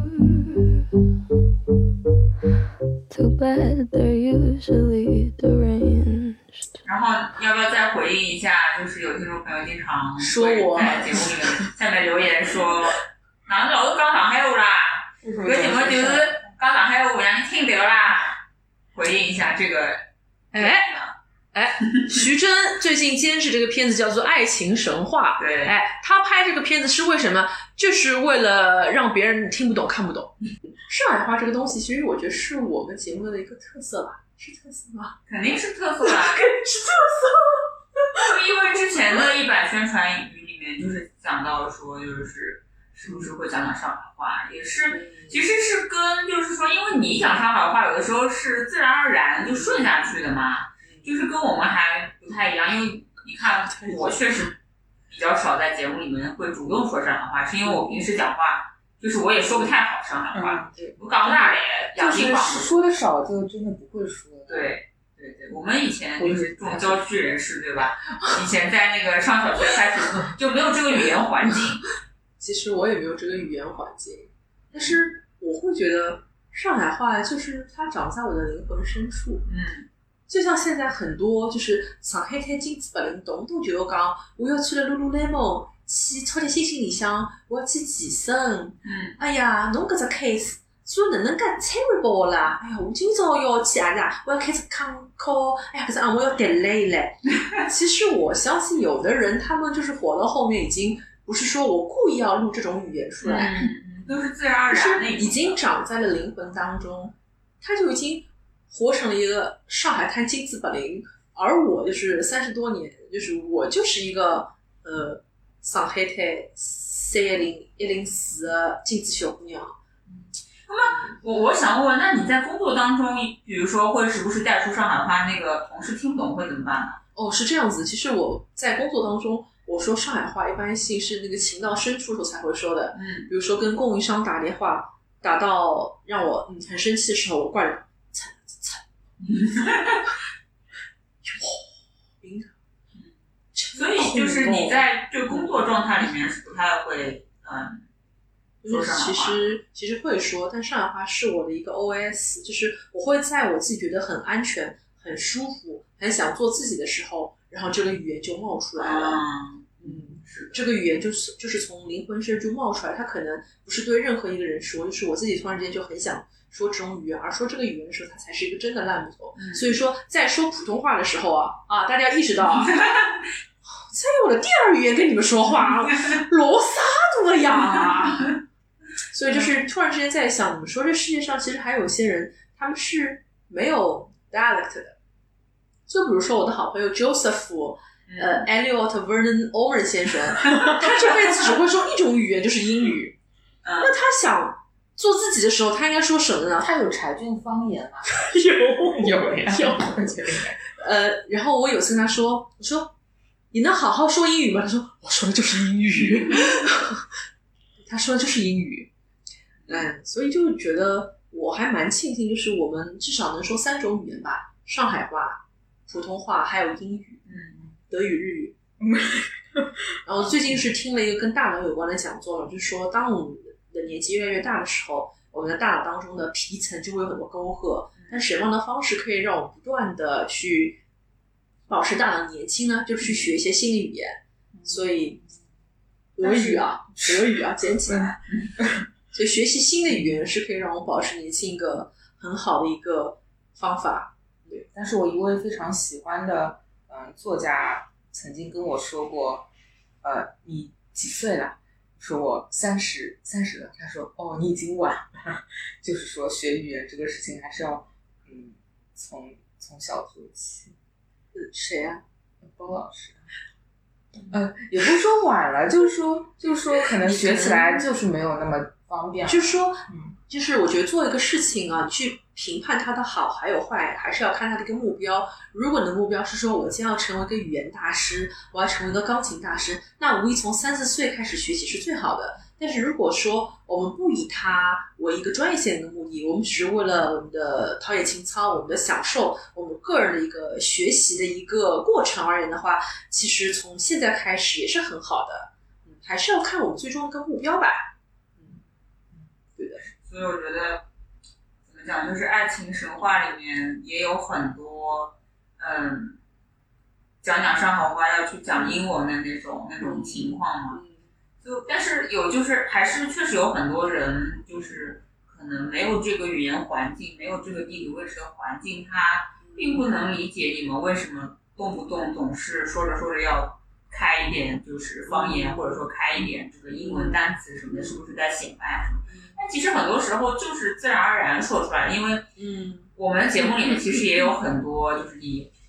Too bad they're usually deranged. 然后要不要再回应一下，就是有听众朋友经常说我在节目里面下面留言说哪能老是讲上海话啦，有节目就是讲上海话让你听得啦，回应一下这个。 哎哎，徐峥最近监制这个片子叫做《爱情神话》， 对， 哎，他拍这个片子是为什么？就是为了让别人听不懂、看不懂。上海话这个东西，其实我觉得是我们节目的一个特色吧，是特色吗？ 肯定是特色啦， 肯定是特色。 因为之前的一版宣传语里面面就是讲到说，就是是不是会讲讲上海话，也是其实是跟就是说，因为你讲上海话有的时候是自然而然就顺下去的嘛，就是跟我们还不太一样，因为你看我确实比较少在节目里面会主动说上海话，是因为我平时讲话就是我也说不太好上海话， 嗯、 我讲那里就是说的少就真的不会说。 对对对，我们以前就是这种郊区人士，对吧？以前在那个上小学开始就没有这个语言环境。 其实我也没有这个语言环境，但是我会觉得上海话就是它长在我的灵魂深处。 嗯， 就像现在很多就是上海滩金子白领动不动就要讲我要去了 Lululemon 去超级星星里向，我要去健身。 嗯， 哎呀，侬搿只 case 做哪能介 terrible 啦！哎呀，我今朝要去啊呀，我要开始康考，哎呀，可是啊，我要 delay 嘞。其实我相信有的人，他们就是活到后面，已经不是说我故意要录这种语言出来， 嗯，都是自然而然的， 已经长在了灵魂当中，他就已经活成了一个上海滩金字白领，而我就是三十多年，就是我就是一个呃上海滩三一零一零四的金字小姑娘。 那么我我想问问，那你在工作当中，比如说会时不时带出上海话，那个同事听不懂会怎么办呢？ 哦，是这样子。其实我在工作当中，我说上海话一般性是那个情到深处时候才会说的。 嗯， 比如说跟供应商打电话，打到让我嗯很生气的时候，我挂了，惨惨， 所以就是你在这个工作状态里面是不太会嗯。 就是其实其实会说，但上海话是我的一个 O S， 就是我会在我自己觉得很安全、很舒服、很想做自己的时候，然后这个语言就冒出来了。 嗯， 嗯，这个语言就是就是从灵魂深处冒出来，它可能不是对任何一个人说，就是我自己突然之间就很想说这种语言，而说这个语言的时候，它才是一个真的烂木头。 嗯、 所以说，在说普通话的时候啊啊，大家要意识到啊。在用我的第二语言跟你们说话，罗萨多呀。所以就是突然之间在想，你们说这世界上其实还有一些人，他们是没有 dialect 的。就比如说我的好朋友 Joseph， 呃 Elliot Vernon Owen 先生，他这辈子只会说一种语言，就是英语。那他想做自己的时候，他应该说什么呢？ 他有柴郡方言吗？ 有有有， 我觉得呃，然后我有次跟他说，我说你能好好说英语吗？他说我说的就是英语。他说的就是英语。嗯，所以就觉得我还蛮庆幸，就是我们至少能说三种语言吧，上海话、普通话还有英语， 嗯， 德语、日语。然后最近是听了一个跟大脑有关的讲座了，就是说当我们的年纪越来越大的时候，我们的大脑当中的皮层就会有很多沟壑，但什么样的方式可以让我们不断的去保持大脑年轻呢？就是去学一些新的语言。所以俄语啊，俄语啊，捡起来。所以学习新的语言是可以让我们保持年轻一个很好的一个方法。 对，但是我一位非常喜欢的嗯作家曾经跟我说过，呃，你几岁了？说我三十三十了。他说哦，你已经晚了。就是说学语言这个事情还是要嗯从从小做起。 谁啊？ 包老师。呃，也不是说晚了，就是说就是说可能学起来就是没有那么方便。 就是说， 嗯， 就是我觉得做一个事情啊，你去评判它的好还有坏，还是要看它的一个目标。如果你的目标是说我将要成为一个语言大师，我要成为一个钢琴大师，那无疑从三四岁开始学习是最好的。但是如果说我们不以它为一个专业性的目的，我们只是为了我们的陶冶情操、我们的享受、我们个人的一个学习的一个过程而言的话，其实从现在开始也是很好的。嗯，还是要看我们最终的一个目标吧。嗯，对的。 所以我觉得怎么讲，就是爱情神话里面也有很多，嗯，讲讲上海话要去讲英文的那种那种情况嘛。 嗯， 就但是有就是还是确实有很多人就是可能没有这个语言环境，没有这个地理位置的环境，他并不能理解你们为什么动不动总是说着说着要开一点就是方言，或者说开一点这个英文单词什么的，是不是在显摆什么？但其实很多时候就是自然而然说出来，因为嗯， 我们节目里面其实也有很多就是以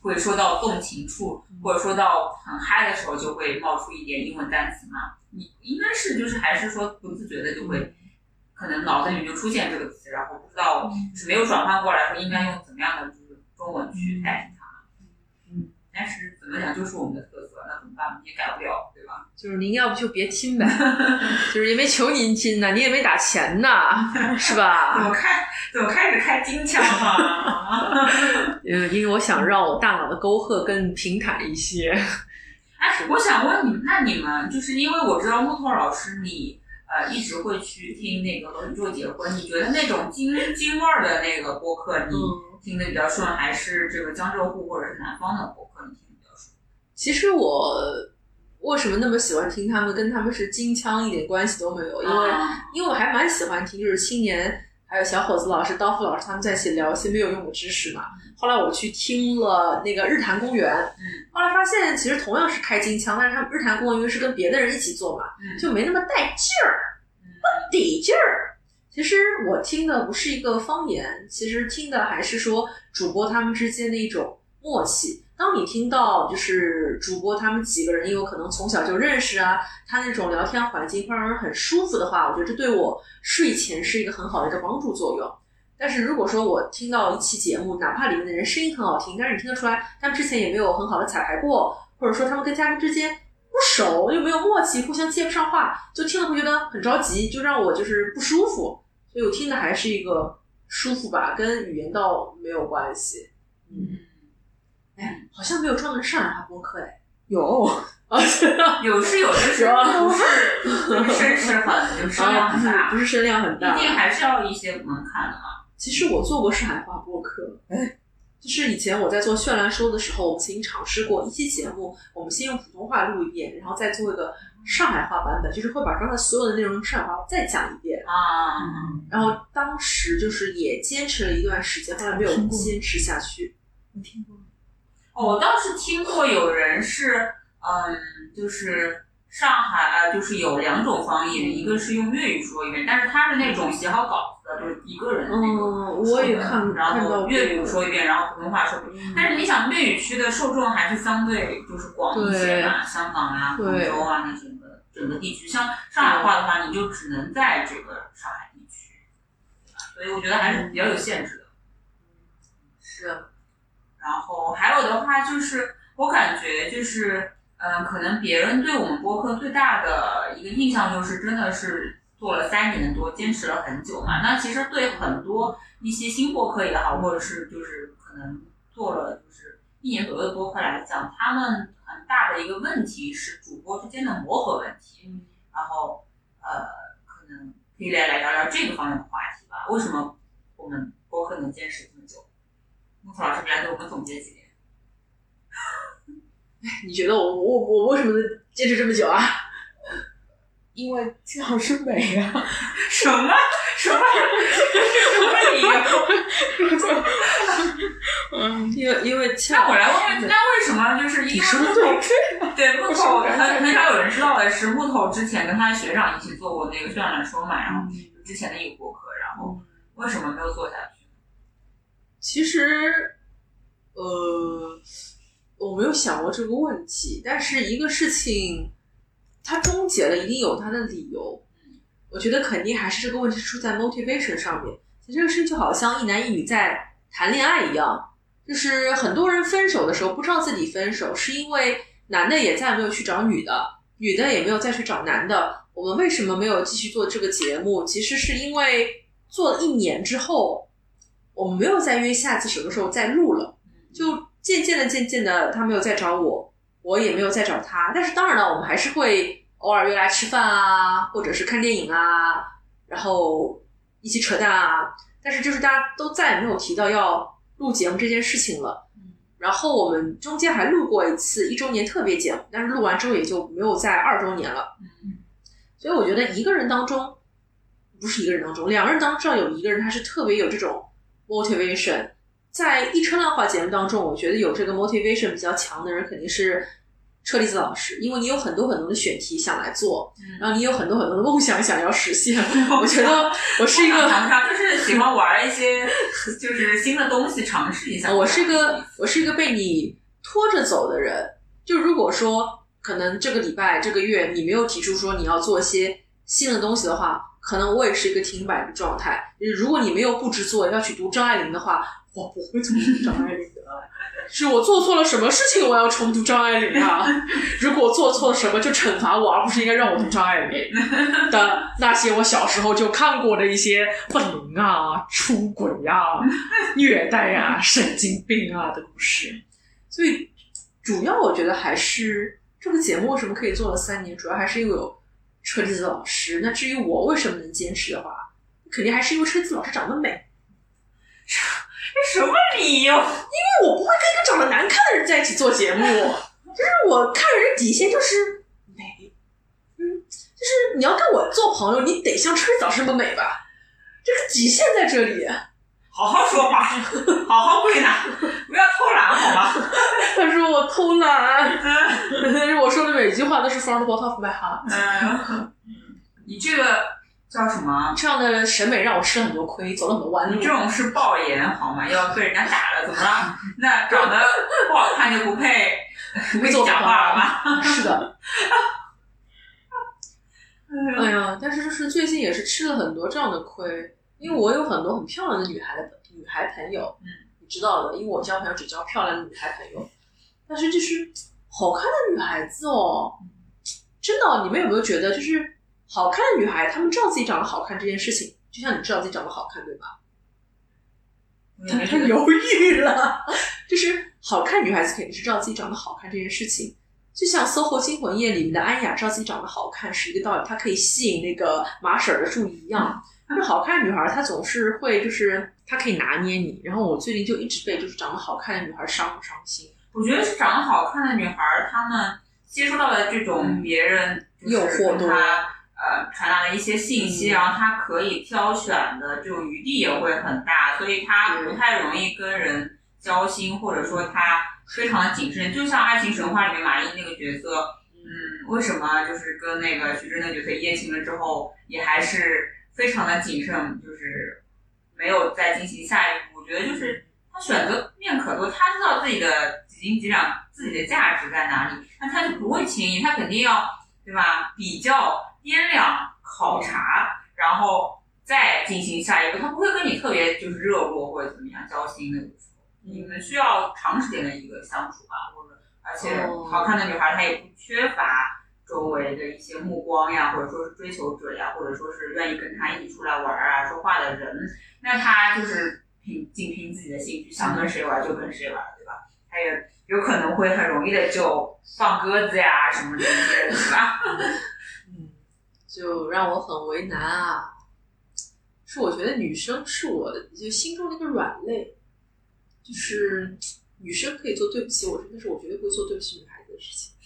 会说到动情处，或者说到很嗨的时候，就会冒出一点英文单词嘛。你应该是就是还是说不自觉的就会，可能脑子里就出现这个词，然后不知道就是没有转换过来说应该用怎么样的就是中文去代替它。嗯，但是怎么讲就是我们的特色，那怎么办？你也改不了，对吧？ 就是您要不就别听呗，就是也没求您听呢，你也没打钱呢，是吧？ 怎么开怎么开始开金腔了？ 嗯，因为我想让我大脑的沟壑更平坦一些。 哎，我想问你们，那你们就是因为我知道木头老师你呃一直会去听那个和宇宙结婚，你觉得那种京京味儿的那个播客你听得比较顺，还是这个江浙沪或者是南方的播客你听得比较顺？ 其实我为什么那么喜欢听他们，跟他们是京腔一点关系都没有，因为、啊、因为我还蛮喜欢听，就是青年还有小伙子老师、刀夫老师他们在一起聊一些没有用的知识嘛。后来我去听了那个日坛公园，后来发现其实同样是开京腔，但是他们日坛公园是跟别的人一起做嘛，就没那么带劲儿，不得劲儿。其实我听的不是一个方言，其实听的还是说主播他们之间的一种默契。当你听到就是主播他们几个人因为可能从小就认识啊，他那种聊天环境会让人很舒服的话，我觉得这对我睡前是一个很好的一个帮助作用。但是如果说我听到一期节目，哪怕里面的人声音很好听，但是你听得出来他们之前也没有很好的彩排过，或者说他们跟嘉宾之间不熟又没有默契，互相接不上话，就听了会觉得很着急，就让我就是不舒服。所以我听的还是一个舒服吧，跟语言倒没有关系。嗯，哎，好像没有专门上海话播客哎。 有啊，有是有的时候不是声势很就声量很大， 不是声量很大， 毕竟还是要一些门槛的嘛。 其实我做过上海话播客，哎，就是以前我在做绚烂说的时候，我们曾经尝试过一期节目，我们先用普通话录一遍，然后再做一个上海话版本，就是会把刚才所有的内容用上海话再讲一遍啊。 然后当时就是也坚持了一段时间，后来没有坚持下去。 你听过吗？ 哦，我倒是听过有人是，嗯，就是上海呃，就是有两种方言，一个是用粤语说一遍，但是他是那种写好稿子的，就是一个人那种、 嗯，我也看， 然后粤语说一遍，然后普通话说一遍。嗯、但是你想，粤语区的受众还是相对就是广一些嘛，香港啊、广州啊那整个整个地区，像上海话的话，你就只能在这个上海地区，对吧？所以我觉得还是比较有限制的。 是。 然后还有的话就是，我感觉就是，嗯、呃，可能别人对我们播客最大的一个印象就是，真的是做了三年多，坚持了很久嘛。那其实对很多一些新播客也好，或者是就是可能做了就是一年左右的播客来讲，他们很大的一个问题是主播之间的磨合问题。嗯。然后呃，可能可以来来聊聊这个方面的话题吧。为什么我们播客能坚持这么久？木头老师来给我们总结几点。 你觉得我我我为什么能坚持这么久啊？ 因为金老师美啊！ 什么什么什么理由？ 嗯，因为因为那我来问问，那为什么就是因为木头对木头很很少有人知道的是，木头之前跟他学长一起做过那个渲染说嘛，然后之前的一个播客，然后为什么没有做下去？ 其实，呃，我没有想过这个问题，但是一个事情它终结了，一定有它的理由。我觉得肯定还是这个问题出在 motivation 上面。其实这个事情就好像一男一女在谈恋爱一样，就是很多人分手的时候不知道自己分手，是因为男的也再没有去找女的，女的也没有再去找男的。我们为什么没有继续做这个节目？其实是因为做了一年之后，我们没有再约下次什么时候再录了，就渐渐的渐渐的他没有再找我，我也没有再找他。但是当然了，我们还是会偶尔约来吃饭啊，或者是看电影啊，然后一起扯淡啊，但是就是大家都再也没有提到要录节目这件事情了。然后我们中间还录过一次一周年特别节目，但是录完之后也就没有在二周年了。所以我觉得一个人当中，不是一个人当中，两个人当中要有一个人他是特别有这种 motivation。在一车浪花节目当中，我觉得有这个 motivation 比较强的人肯定是车厘子老师，因为你有很多很多的选题想来做，嗯、然后你有很多很多的梦想想要实现。我觉得我是一个， 就是喜欢玩一些就是新的东西，尝试一下。 我是一个，我是一个被你拖着走的人。就如果说可能这个礼拜、这个月你没有提出说你要做一些新的东西的话，可能我也是一个停摆的状态。如果你没有布置做要去读张爱玲的话，我不会重读张爱玲的。是我做错了什么事情我要重读张爱玲啊？如果我做错了什么就惩罚我，而不是应该让我读张爱玲的那些我小时候就看过的一些不伦啊、出轨啊、虐待啊、神经病啊的故事。所以主要我觉得还是这个节目为什么可以做了三年，主要还是因为有车厘子老师。那至于我为什么能坚持的话，肯定还是因为车厘子老师长得美。 这什么理由？因为我不会跟一个长得难看的人在一起做节目，就是我看人底线就是美，嗯，就是你要跟我做朋友，你得像车厘子老师那么美吧，这个底线在这里。 好好说话，好好跪拿，不要偷懒好吗？ 他说我偷懒，但是我说的每句话都是 from the bottom of my heart。 嗯，你这个叫什么？ 这样的审美让我吃了很多亏，走了很多弯路。 你这种是爆言好吗？要被人家打了怎么了？那长得不好看就不配不配讲话了吗？ 是的。哎呀，但是就是最近也是吃了很多这样的亏。因为我有很多很漂亮的女孩的女孩朋友，嗯，你知道的，因为我交朋友只交漂亮的女孩朋友。但是就是好看的女孩子哦，真的，你们有没有觉得，就是好看的女孩，她们知道自己长得好看这件事情，就像你知道自己长得好看，对吧？她她犹豫了，就是好看女孩子肯定是知道自己长得好看这件事情。就像《搜狐惊魂夜》里面的安雅知道自己长得好看是一个道理，她可以吸引那个马婶的注意一样。但是好看的女孩她总是会就是她可以拿捏你，然后我最近就一直被就是长得好看的女孩伤伤心。 我觉得是长得好看的女孩她们接触到的这种别人诱惑多， 呃传达的一些信息，嗯、然后她可以挑选的这种余地也会很大，所以她不太容易跟人交心，或者说她非常的谨慎。就像《爱情神话》里面马伊那个角色，嗯，为什么就是跟那个徐峥那个角色一夜情了之后，也还是非常的谨慎，就是没有再进行下一步。我觉得就是他选择面可多，他知道自己的几斤几两，自己的价值在哪里，那他就不会轻易，他肯定要对吧？比较、掂量、考察，然后再进行下一步。他不会跟你特别就是热络或者怎么样交心的，你们需要长时间的一个相处吧，或者而且好看的女孩她也不缺乏周围的一些目光呀，或者说是追求者呀，或者说是愿意跟他一起出来玩啊、说话的人，那他就是凭尽凭自己的兴趣，想跟谁玩就跟谁玩，对吧？他也有可能会很容易的就放鸽子呀什么之类的，对吧？ 嗯，就让我很为难啊。是我觉得女生是我的就心中的一个软肋，就是女生可以做对不起我，但是我绝对不会做对不起女孩子的事情。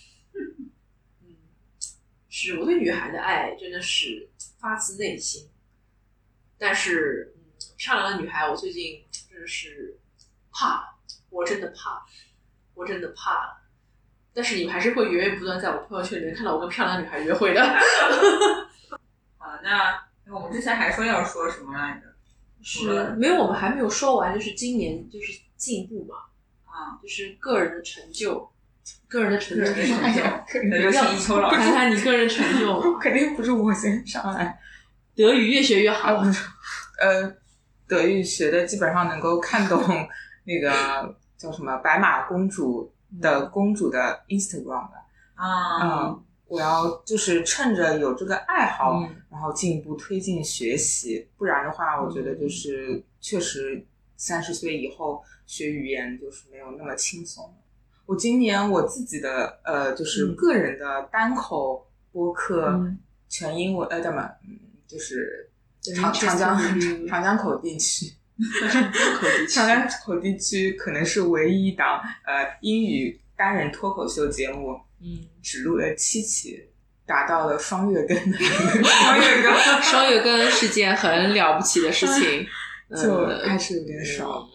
是我对女孩的爱真的是发自内心，但是、嗯、漂亮的女孩我最近真的是怕了，我真的怕，我真的怕了。但是你们还是会源源不断在我朋友圈里面看到我跟漂亮的女孩约会的。 好，那我们之前还说要说什么来着？ 是没有，我们还没有说完，就是今年就是进步嘛， 啊， 就是个人的成就。个人的成就是什么？ 刘星一秋老师， 看看你个人成就， 肯定不是我先上来。 德语越学越好， 啊、不是，呃，德语学的基本上能够看懂那个叫什么白马公主的公主的 Instagram 了。 啊， 嗯，我要就是趁着有这个爱好， 嗯、 然后进一步推进学习，不然的话，我觉得就是、嗯、确实三十岁以后学语言就是没有那么轻松了。我今年我自己的呃，就是个人的单口播客， 嗯、 全英文呃，叫什么？嗯，就是长长江长江口地区，长江口地区可能是唯一一档呃英语单人脱口秀节目， 嗯， 只录了七期，达到了双月更的双月更， 双月更是件很了不起的事情， 就还是有点少。 嗯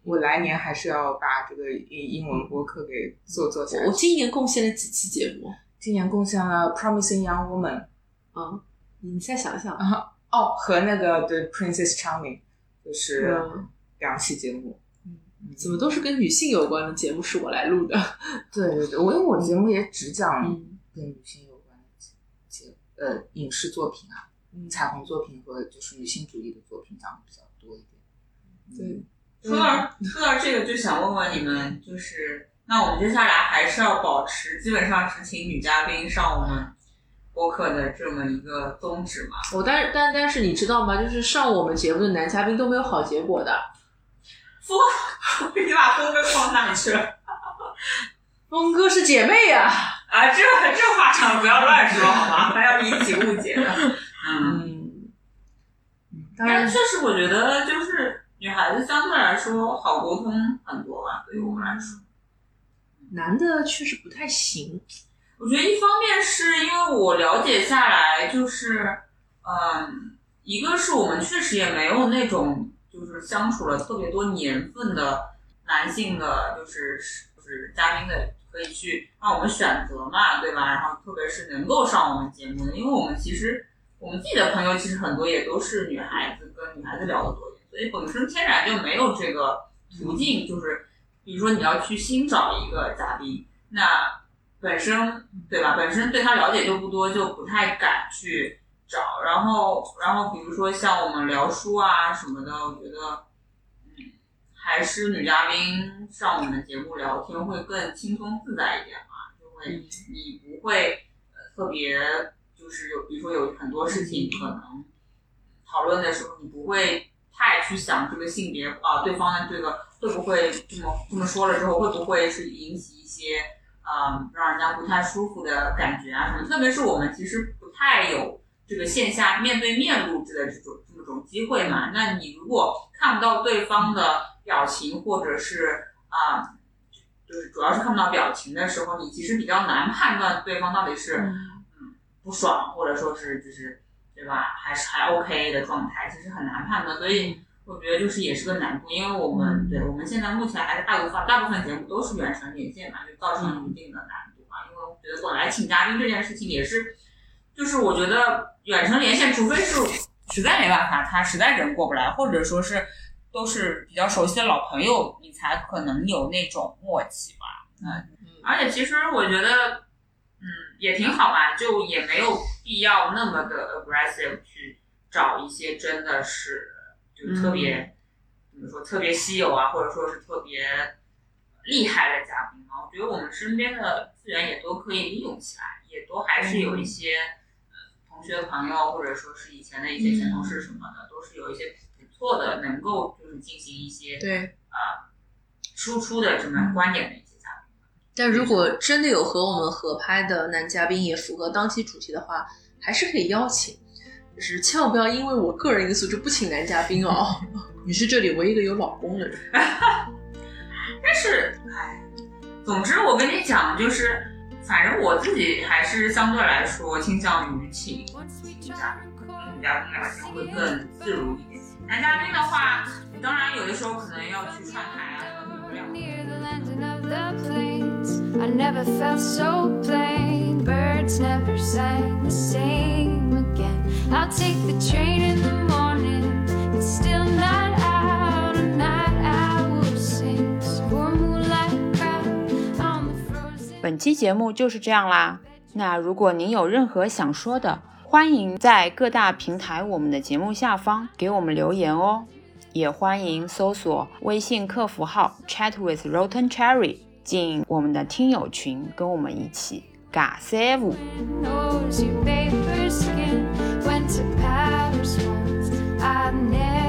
我来年还是要把这个英文播客给做做下去。 我今年贡献了几期节目？ 今年贡献了 Promising Young Woman， 啊，你再想想啊，哦，和那个对 Princess Charming， 就是两期节目。 嗯，怎么都是跟女性有关的节目是我来录的？ 对对对，我因为我节目也只讲嗯跟女性有关的节呃影视作品啊， 嗯彩虹作品和就是女性主义的作品讲的比较多一点。 对。 说到说到这个，就想问问你们，就是那我们接下来还是要保持，基本上是请女嘉宾上我们播客的这么一个宗旨嘛？ 我但但但是你知道吗？就是上我们节目的男嘉宾都没有好结果的。 风，你把风哥放哪里去了？ 峰哥是姐妹呀、啊！ 啊，这这话场不要乱说好吗？还要引起误解的。 嗯嗯，当然，确实我觉得就是女孩子相对来说好沟通很多吧，对于我们来说。 男的确实不太行。 我觉得一方面是因为我了解下来，就是嗯，一个是我们确实也没有那种就是相处了特别多年份的男性的，就是就是嘉宾的。可以去让我们选择嘛，对吧？然后特别是能够上我们节目的，因为我们其实我们自己的朋友其实很多也都是女孩子，跟女孩子聊得多一点，所以本身天然就没有这个途径，就是比如说你要去新找一个嘉宾，那本身对吧？本身对他了解就不多，就不太敢去找。然后然后比如说像我们聊书啊什么的，我觉得。还是女嘉宾上我们节目聊天会更轻松自在一点嘛，就会你不会呃特别就是有比如说有很多事情可能讨论的时候，你不会太去想这个性别啊、呃、对方的这个会不会这么这么说了之后会不会是引起一些啊、呃、让人家不太舒服的感觉啊什么，特别是我们其实不太有这个线下面对面录制的这种这种机会嘛，那你如果看不到对方的表情或者是啊、呃，就是主要是看不到表情的时候，你其实比较难判断对方到底是嗯不爽，或者说是就是对吧，还是还 OK 的状态，其实很难判断。所以我觉得就是也是个难度，因为我们对我们现在目前还是大部分大部分节目都是远程连线嘛，就造成一定的难度嘛。因为我觉得本来请嘉宾这件事情也是，就是我觉得远程连线，除非是实在没办法，他实在人过不来，或者说是。都是比较熟悉的老朋友，你才可能有那种默契吧。嗯，而且其实我觉得，嗯，也挺好吧，就也没有必要那么的 aggressive 去找一些真的是就特别、嗯、怎么说特别稀有啊，或者说是特别厉害的嘉宾嘛。我觉得我们身边的资源也都可以利用起来，也都还是有一些、嗯、同学朋友，或者说是以前的一些前同事什么的，嗯、都是有一些。做的能够就是进行一些对啊、呃、输出的这么观点的一些嘉宾， 但如果真的有和我们合拍的男嘉宾也符合当期主题的话，还是可以邀请，就是千万不要因为我个人因素就不请男嘉宾哦。你是这里唯一一个有老公的人。 但是哎，总之我跟你讲，就是反正我自己还是相对来说倾向于请女嘉宾，跟女嘉宾聊天会更自如一点。男嘉宾的话，你当然有的时候可能要去串台啊，很无聊。I never felt so plain. Birds never sang the same again. I'll take the train in the morning. It's still not out. At night I will sing for moonlight crowd on the frozen. 本期节目就是这样啦。那如果您有任何想说的，欢迎在各大平台我们的节目下方给我们留言哦，也欢迎搜索微信客服号 Chat with Rotten Cherry 进我们的听友群，跟我们一起尬三五。Knows your paper skin went to Paris once. I've never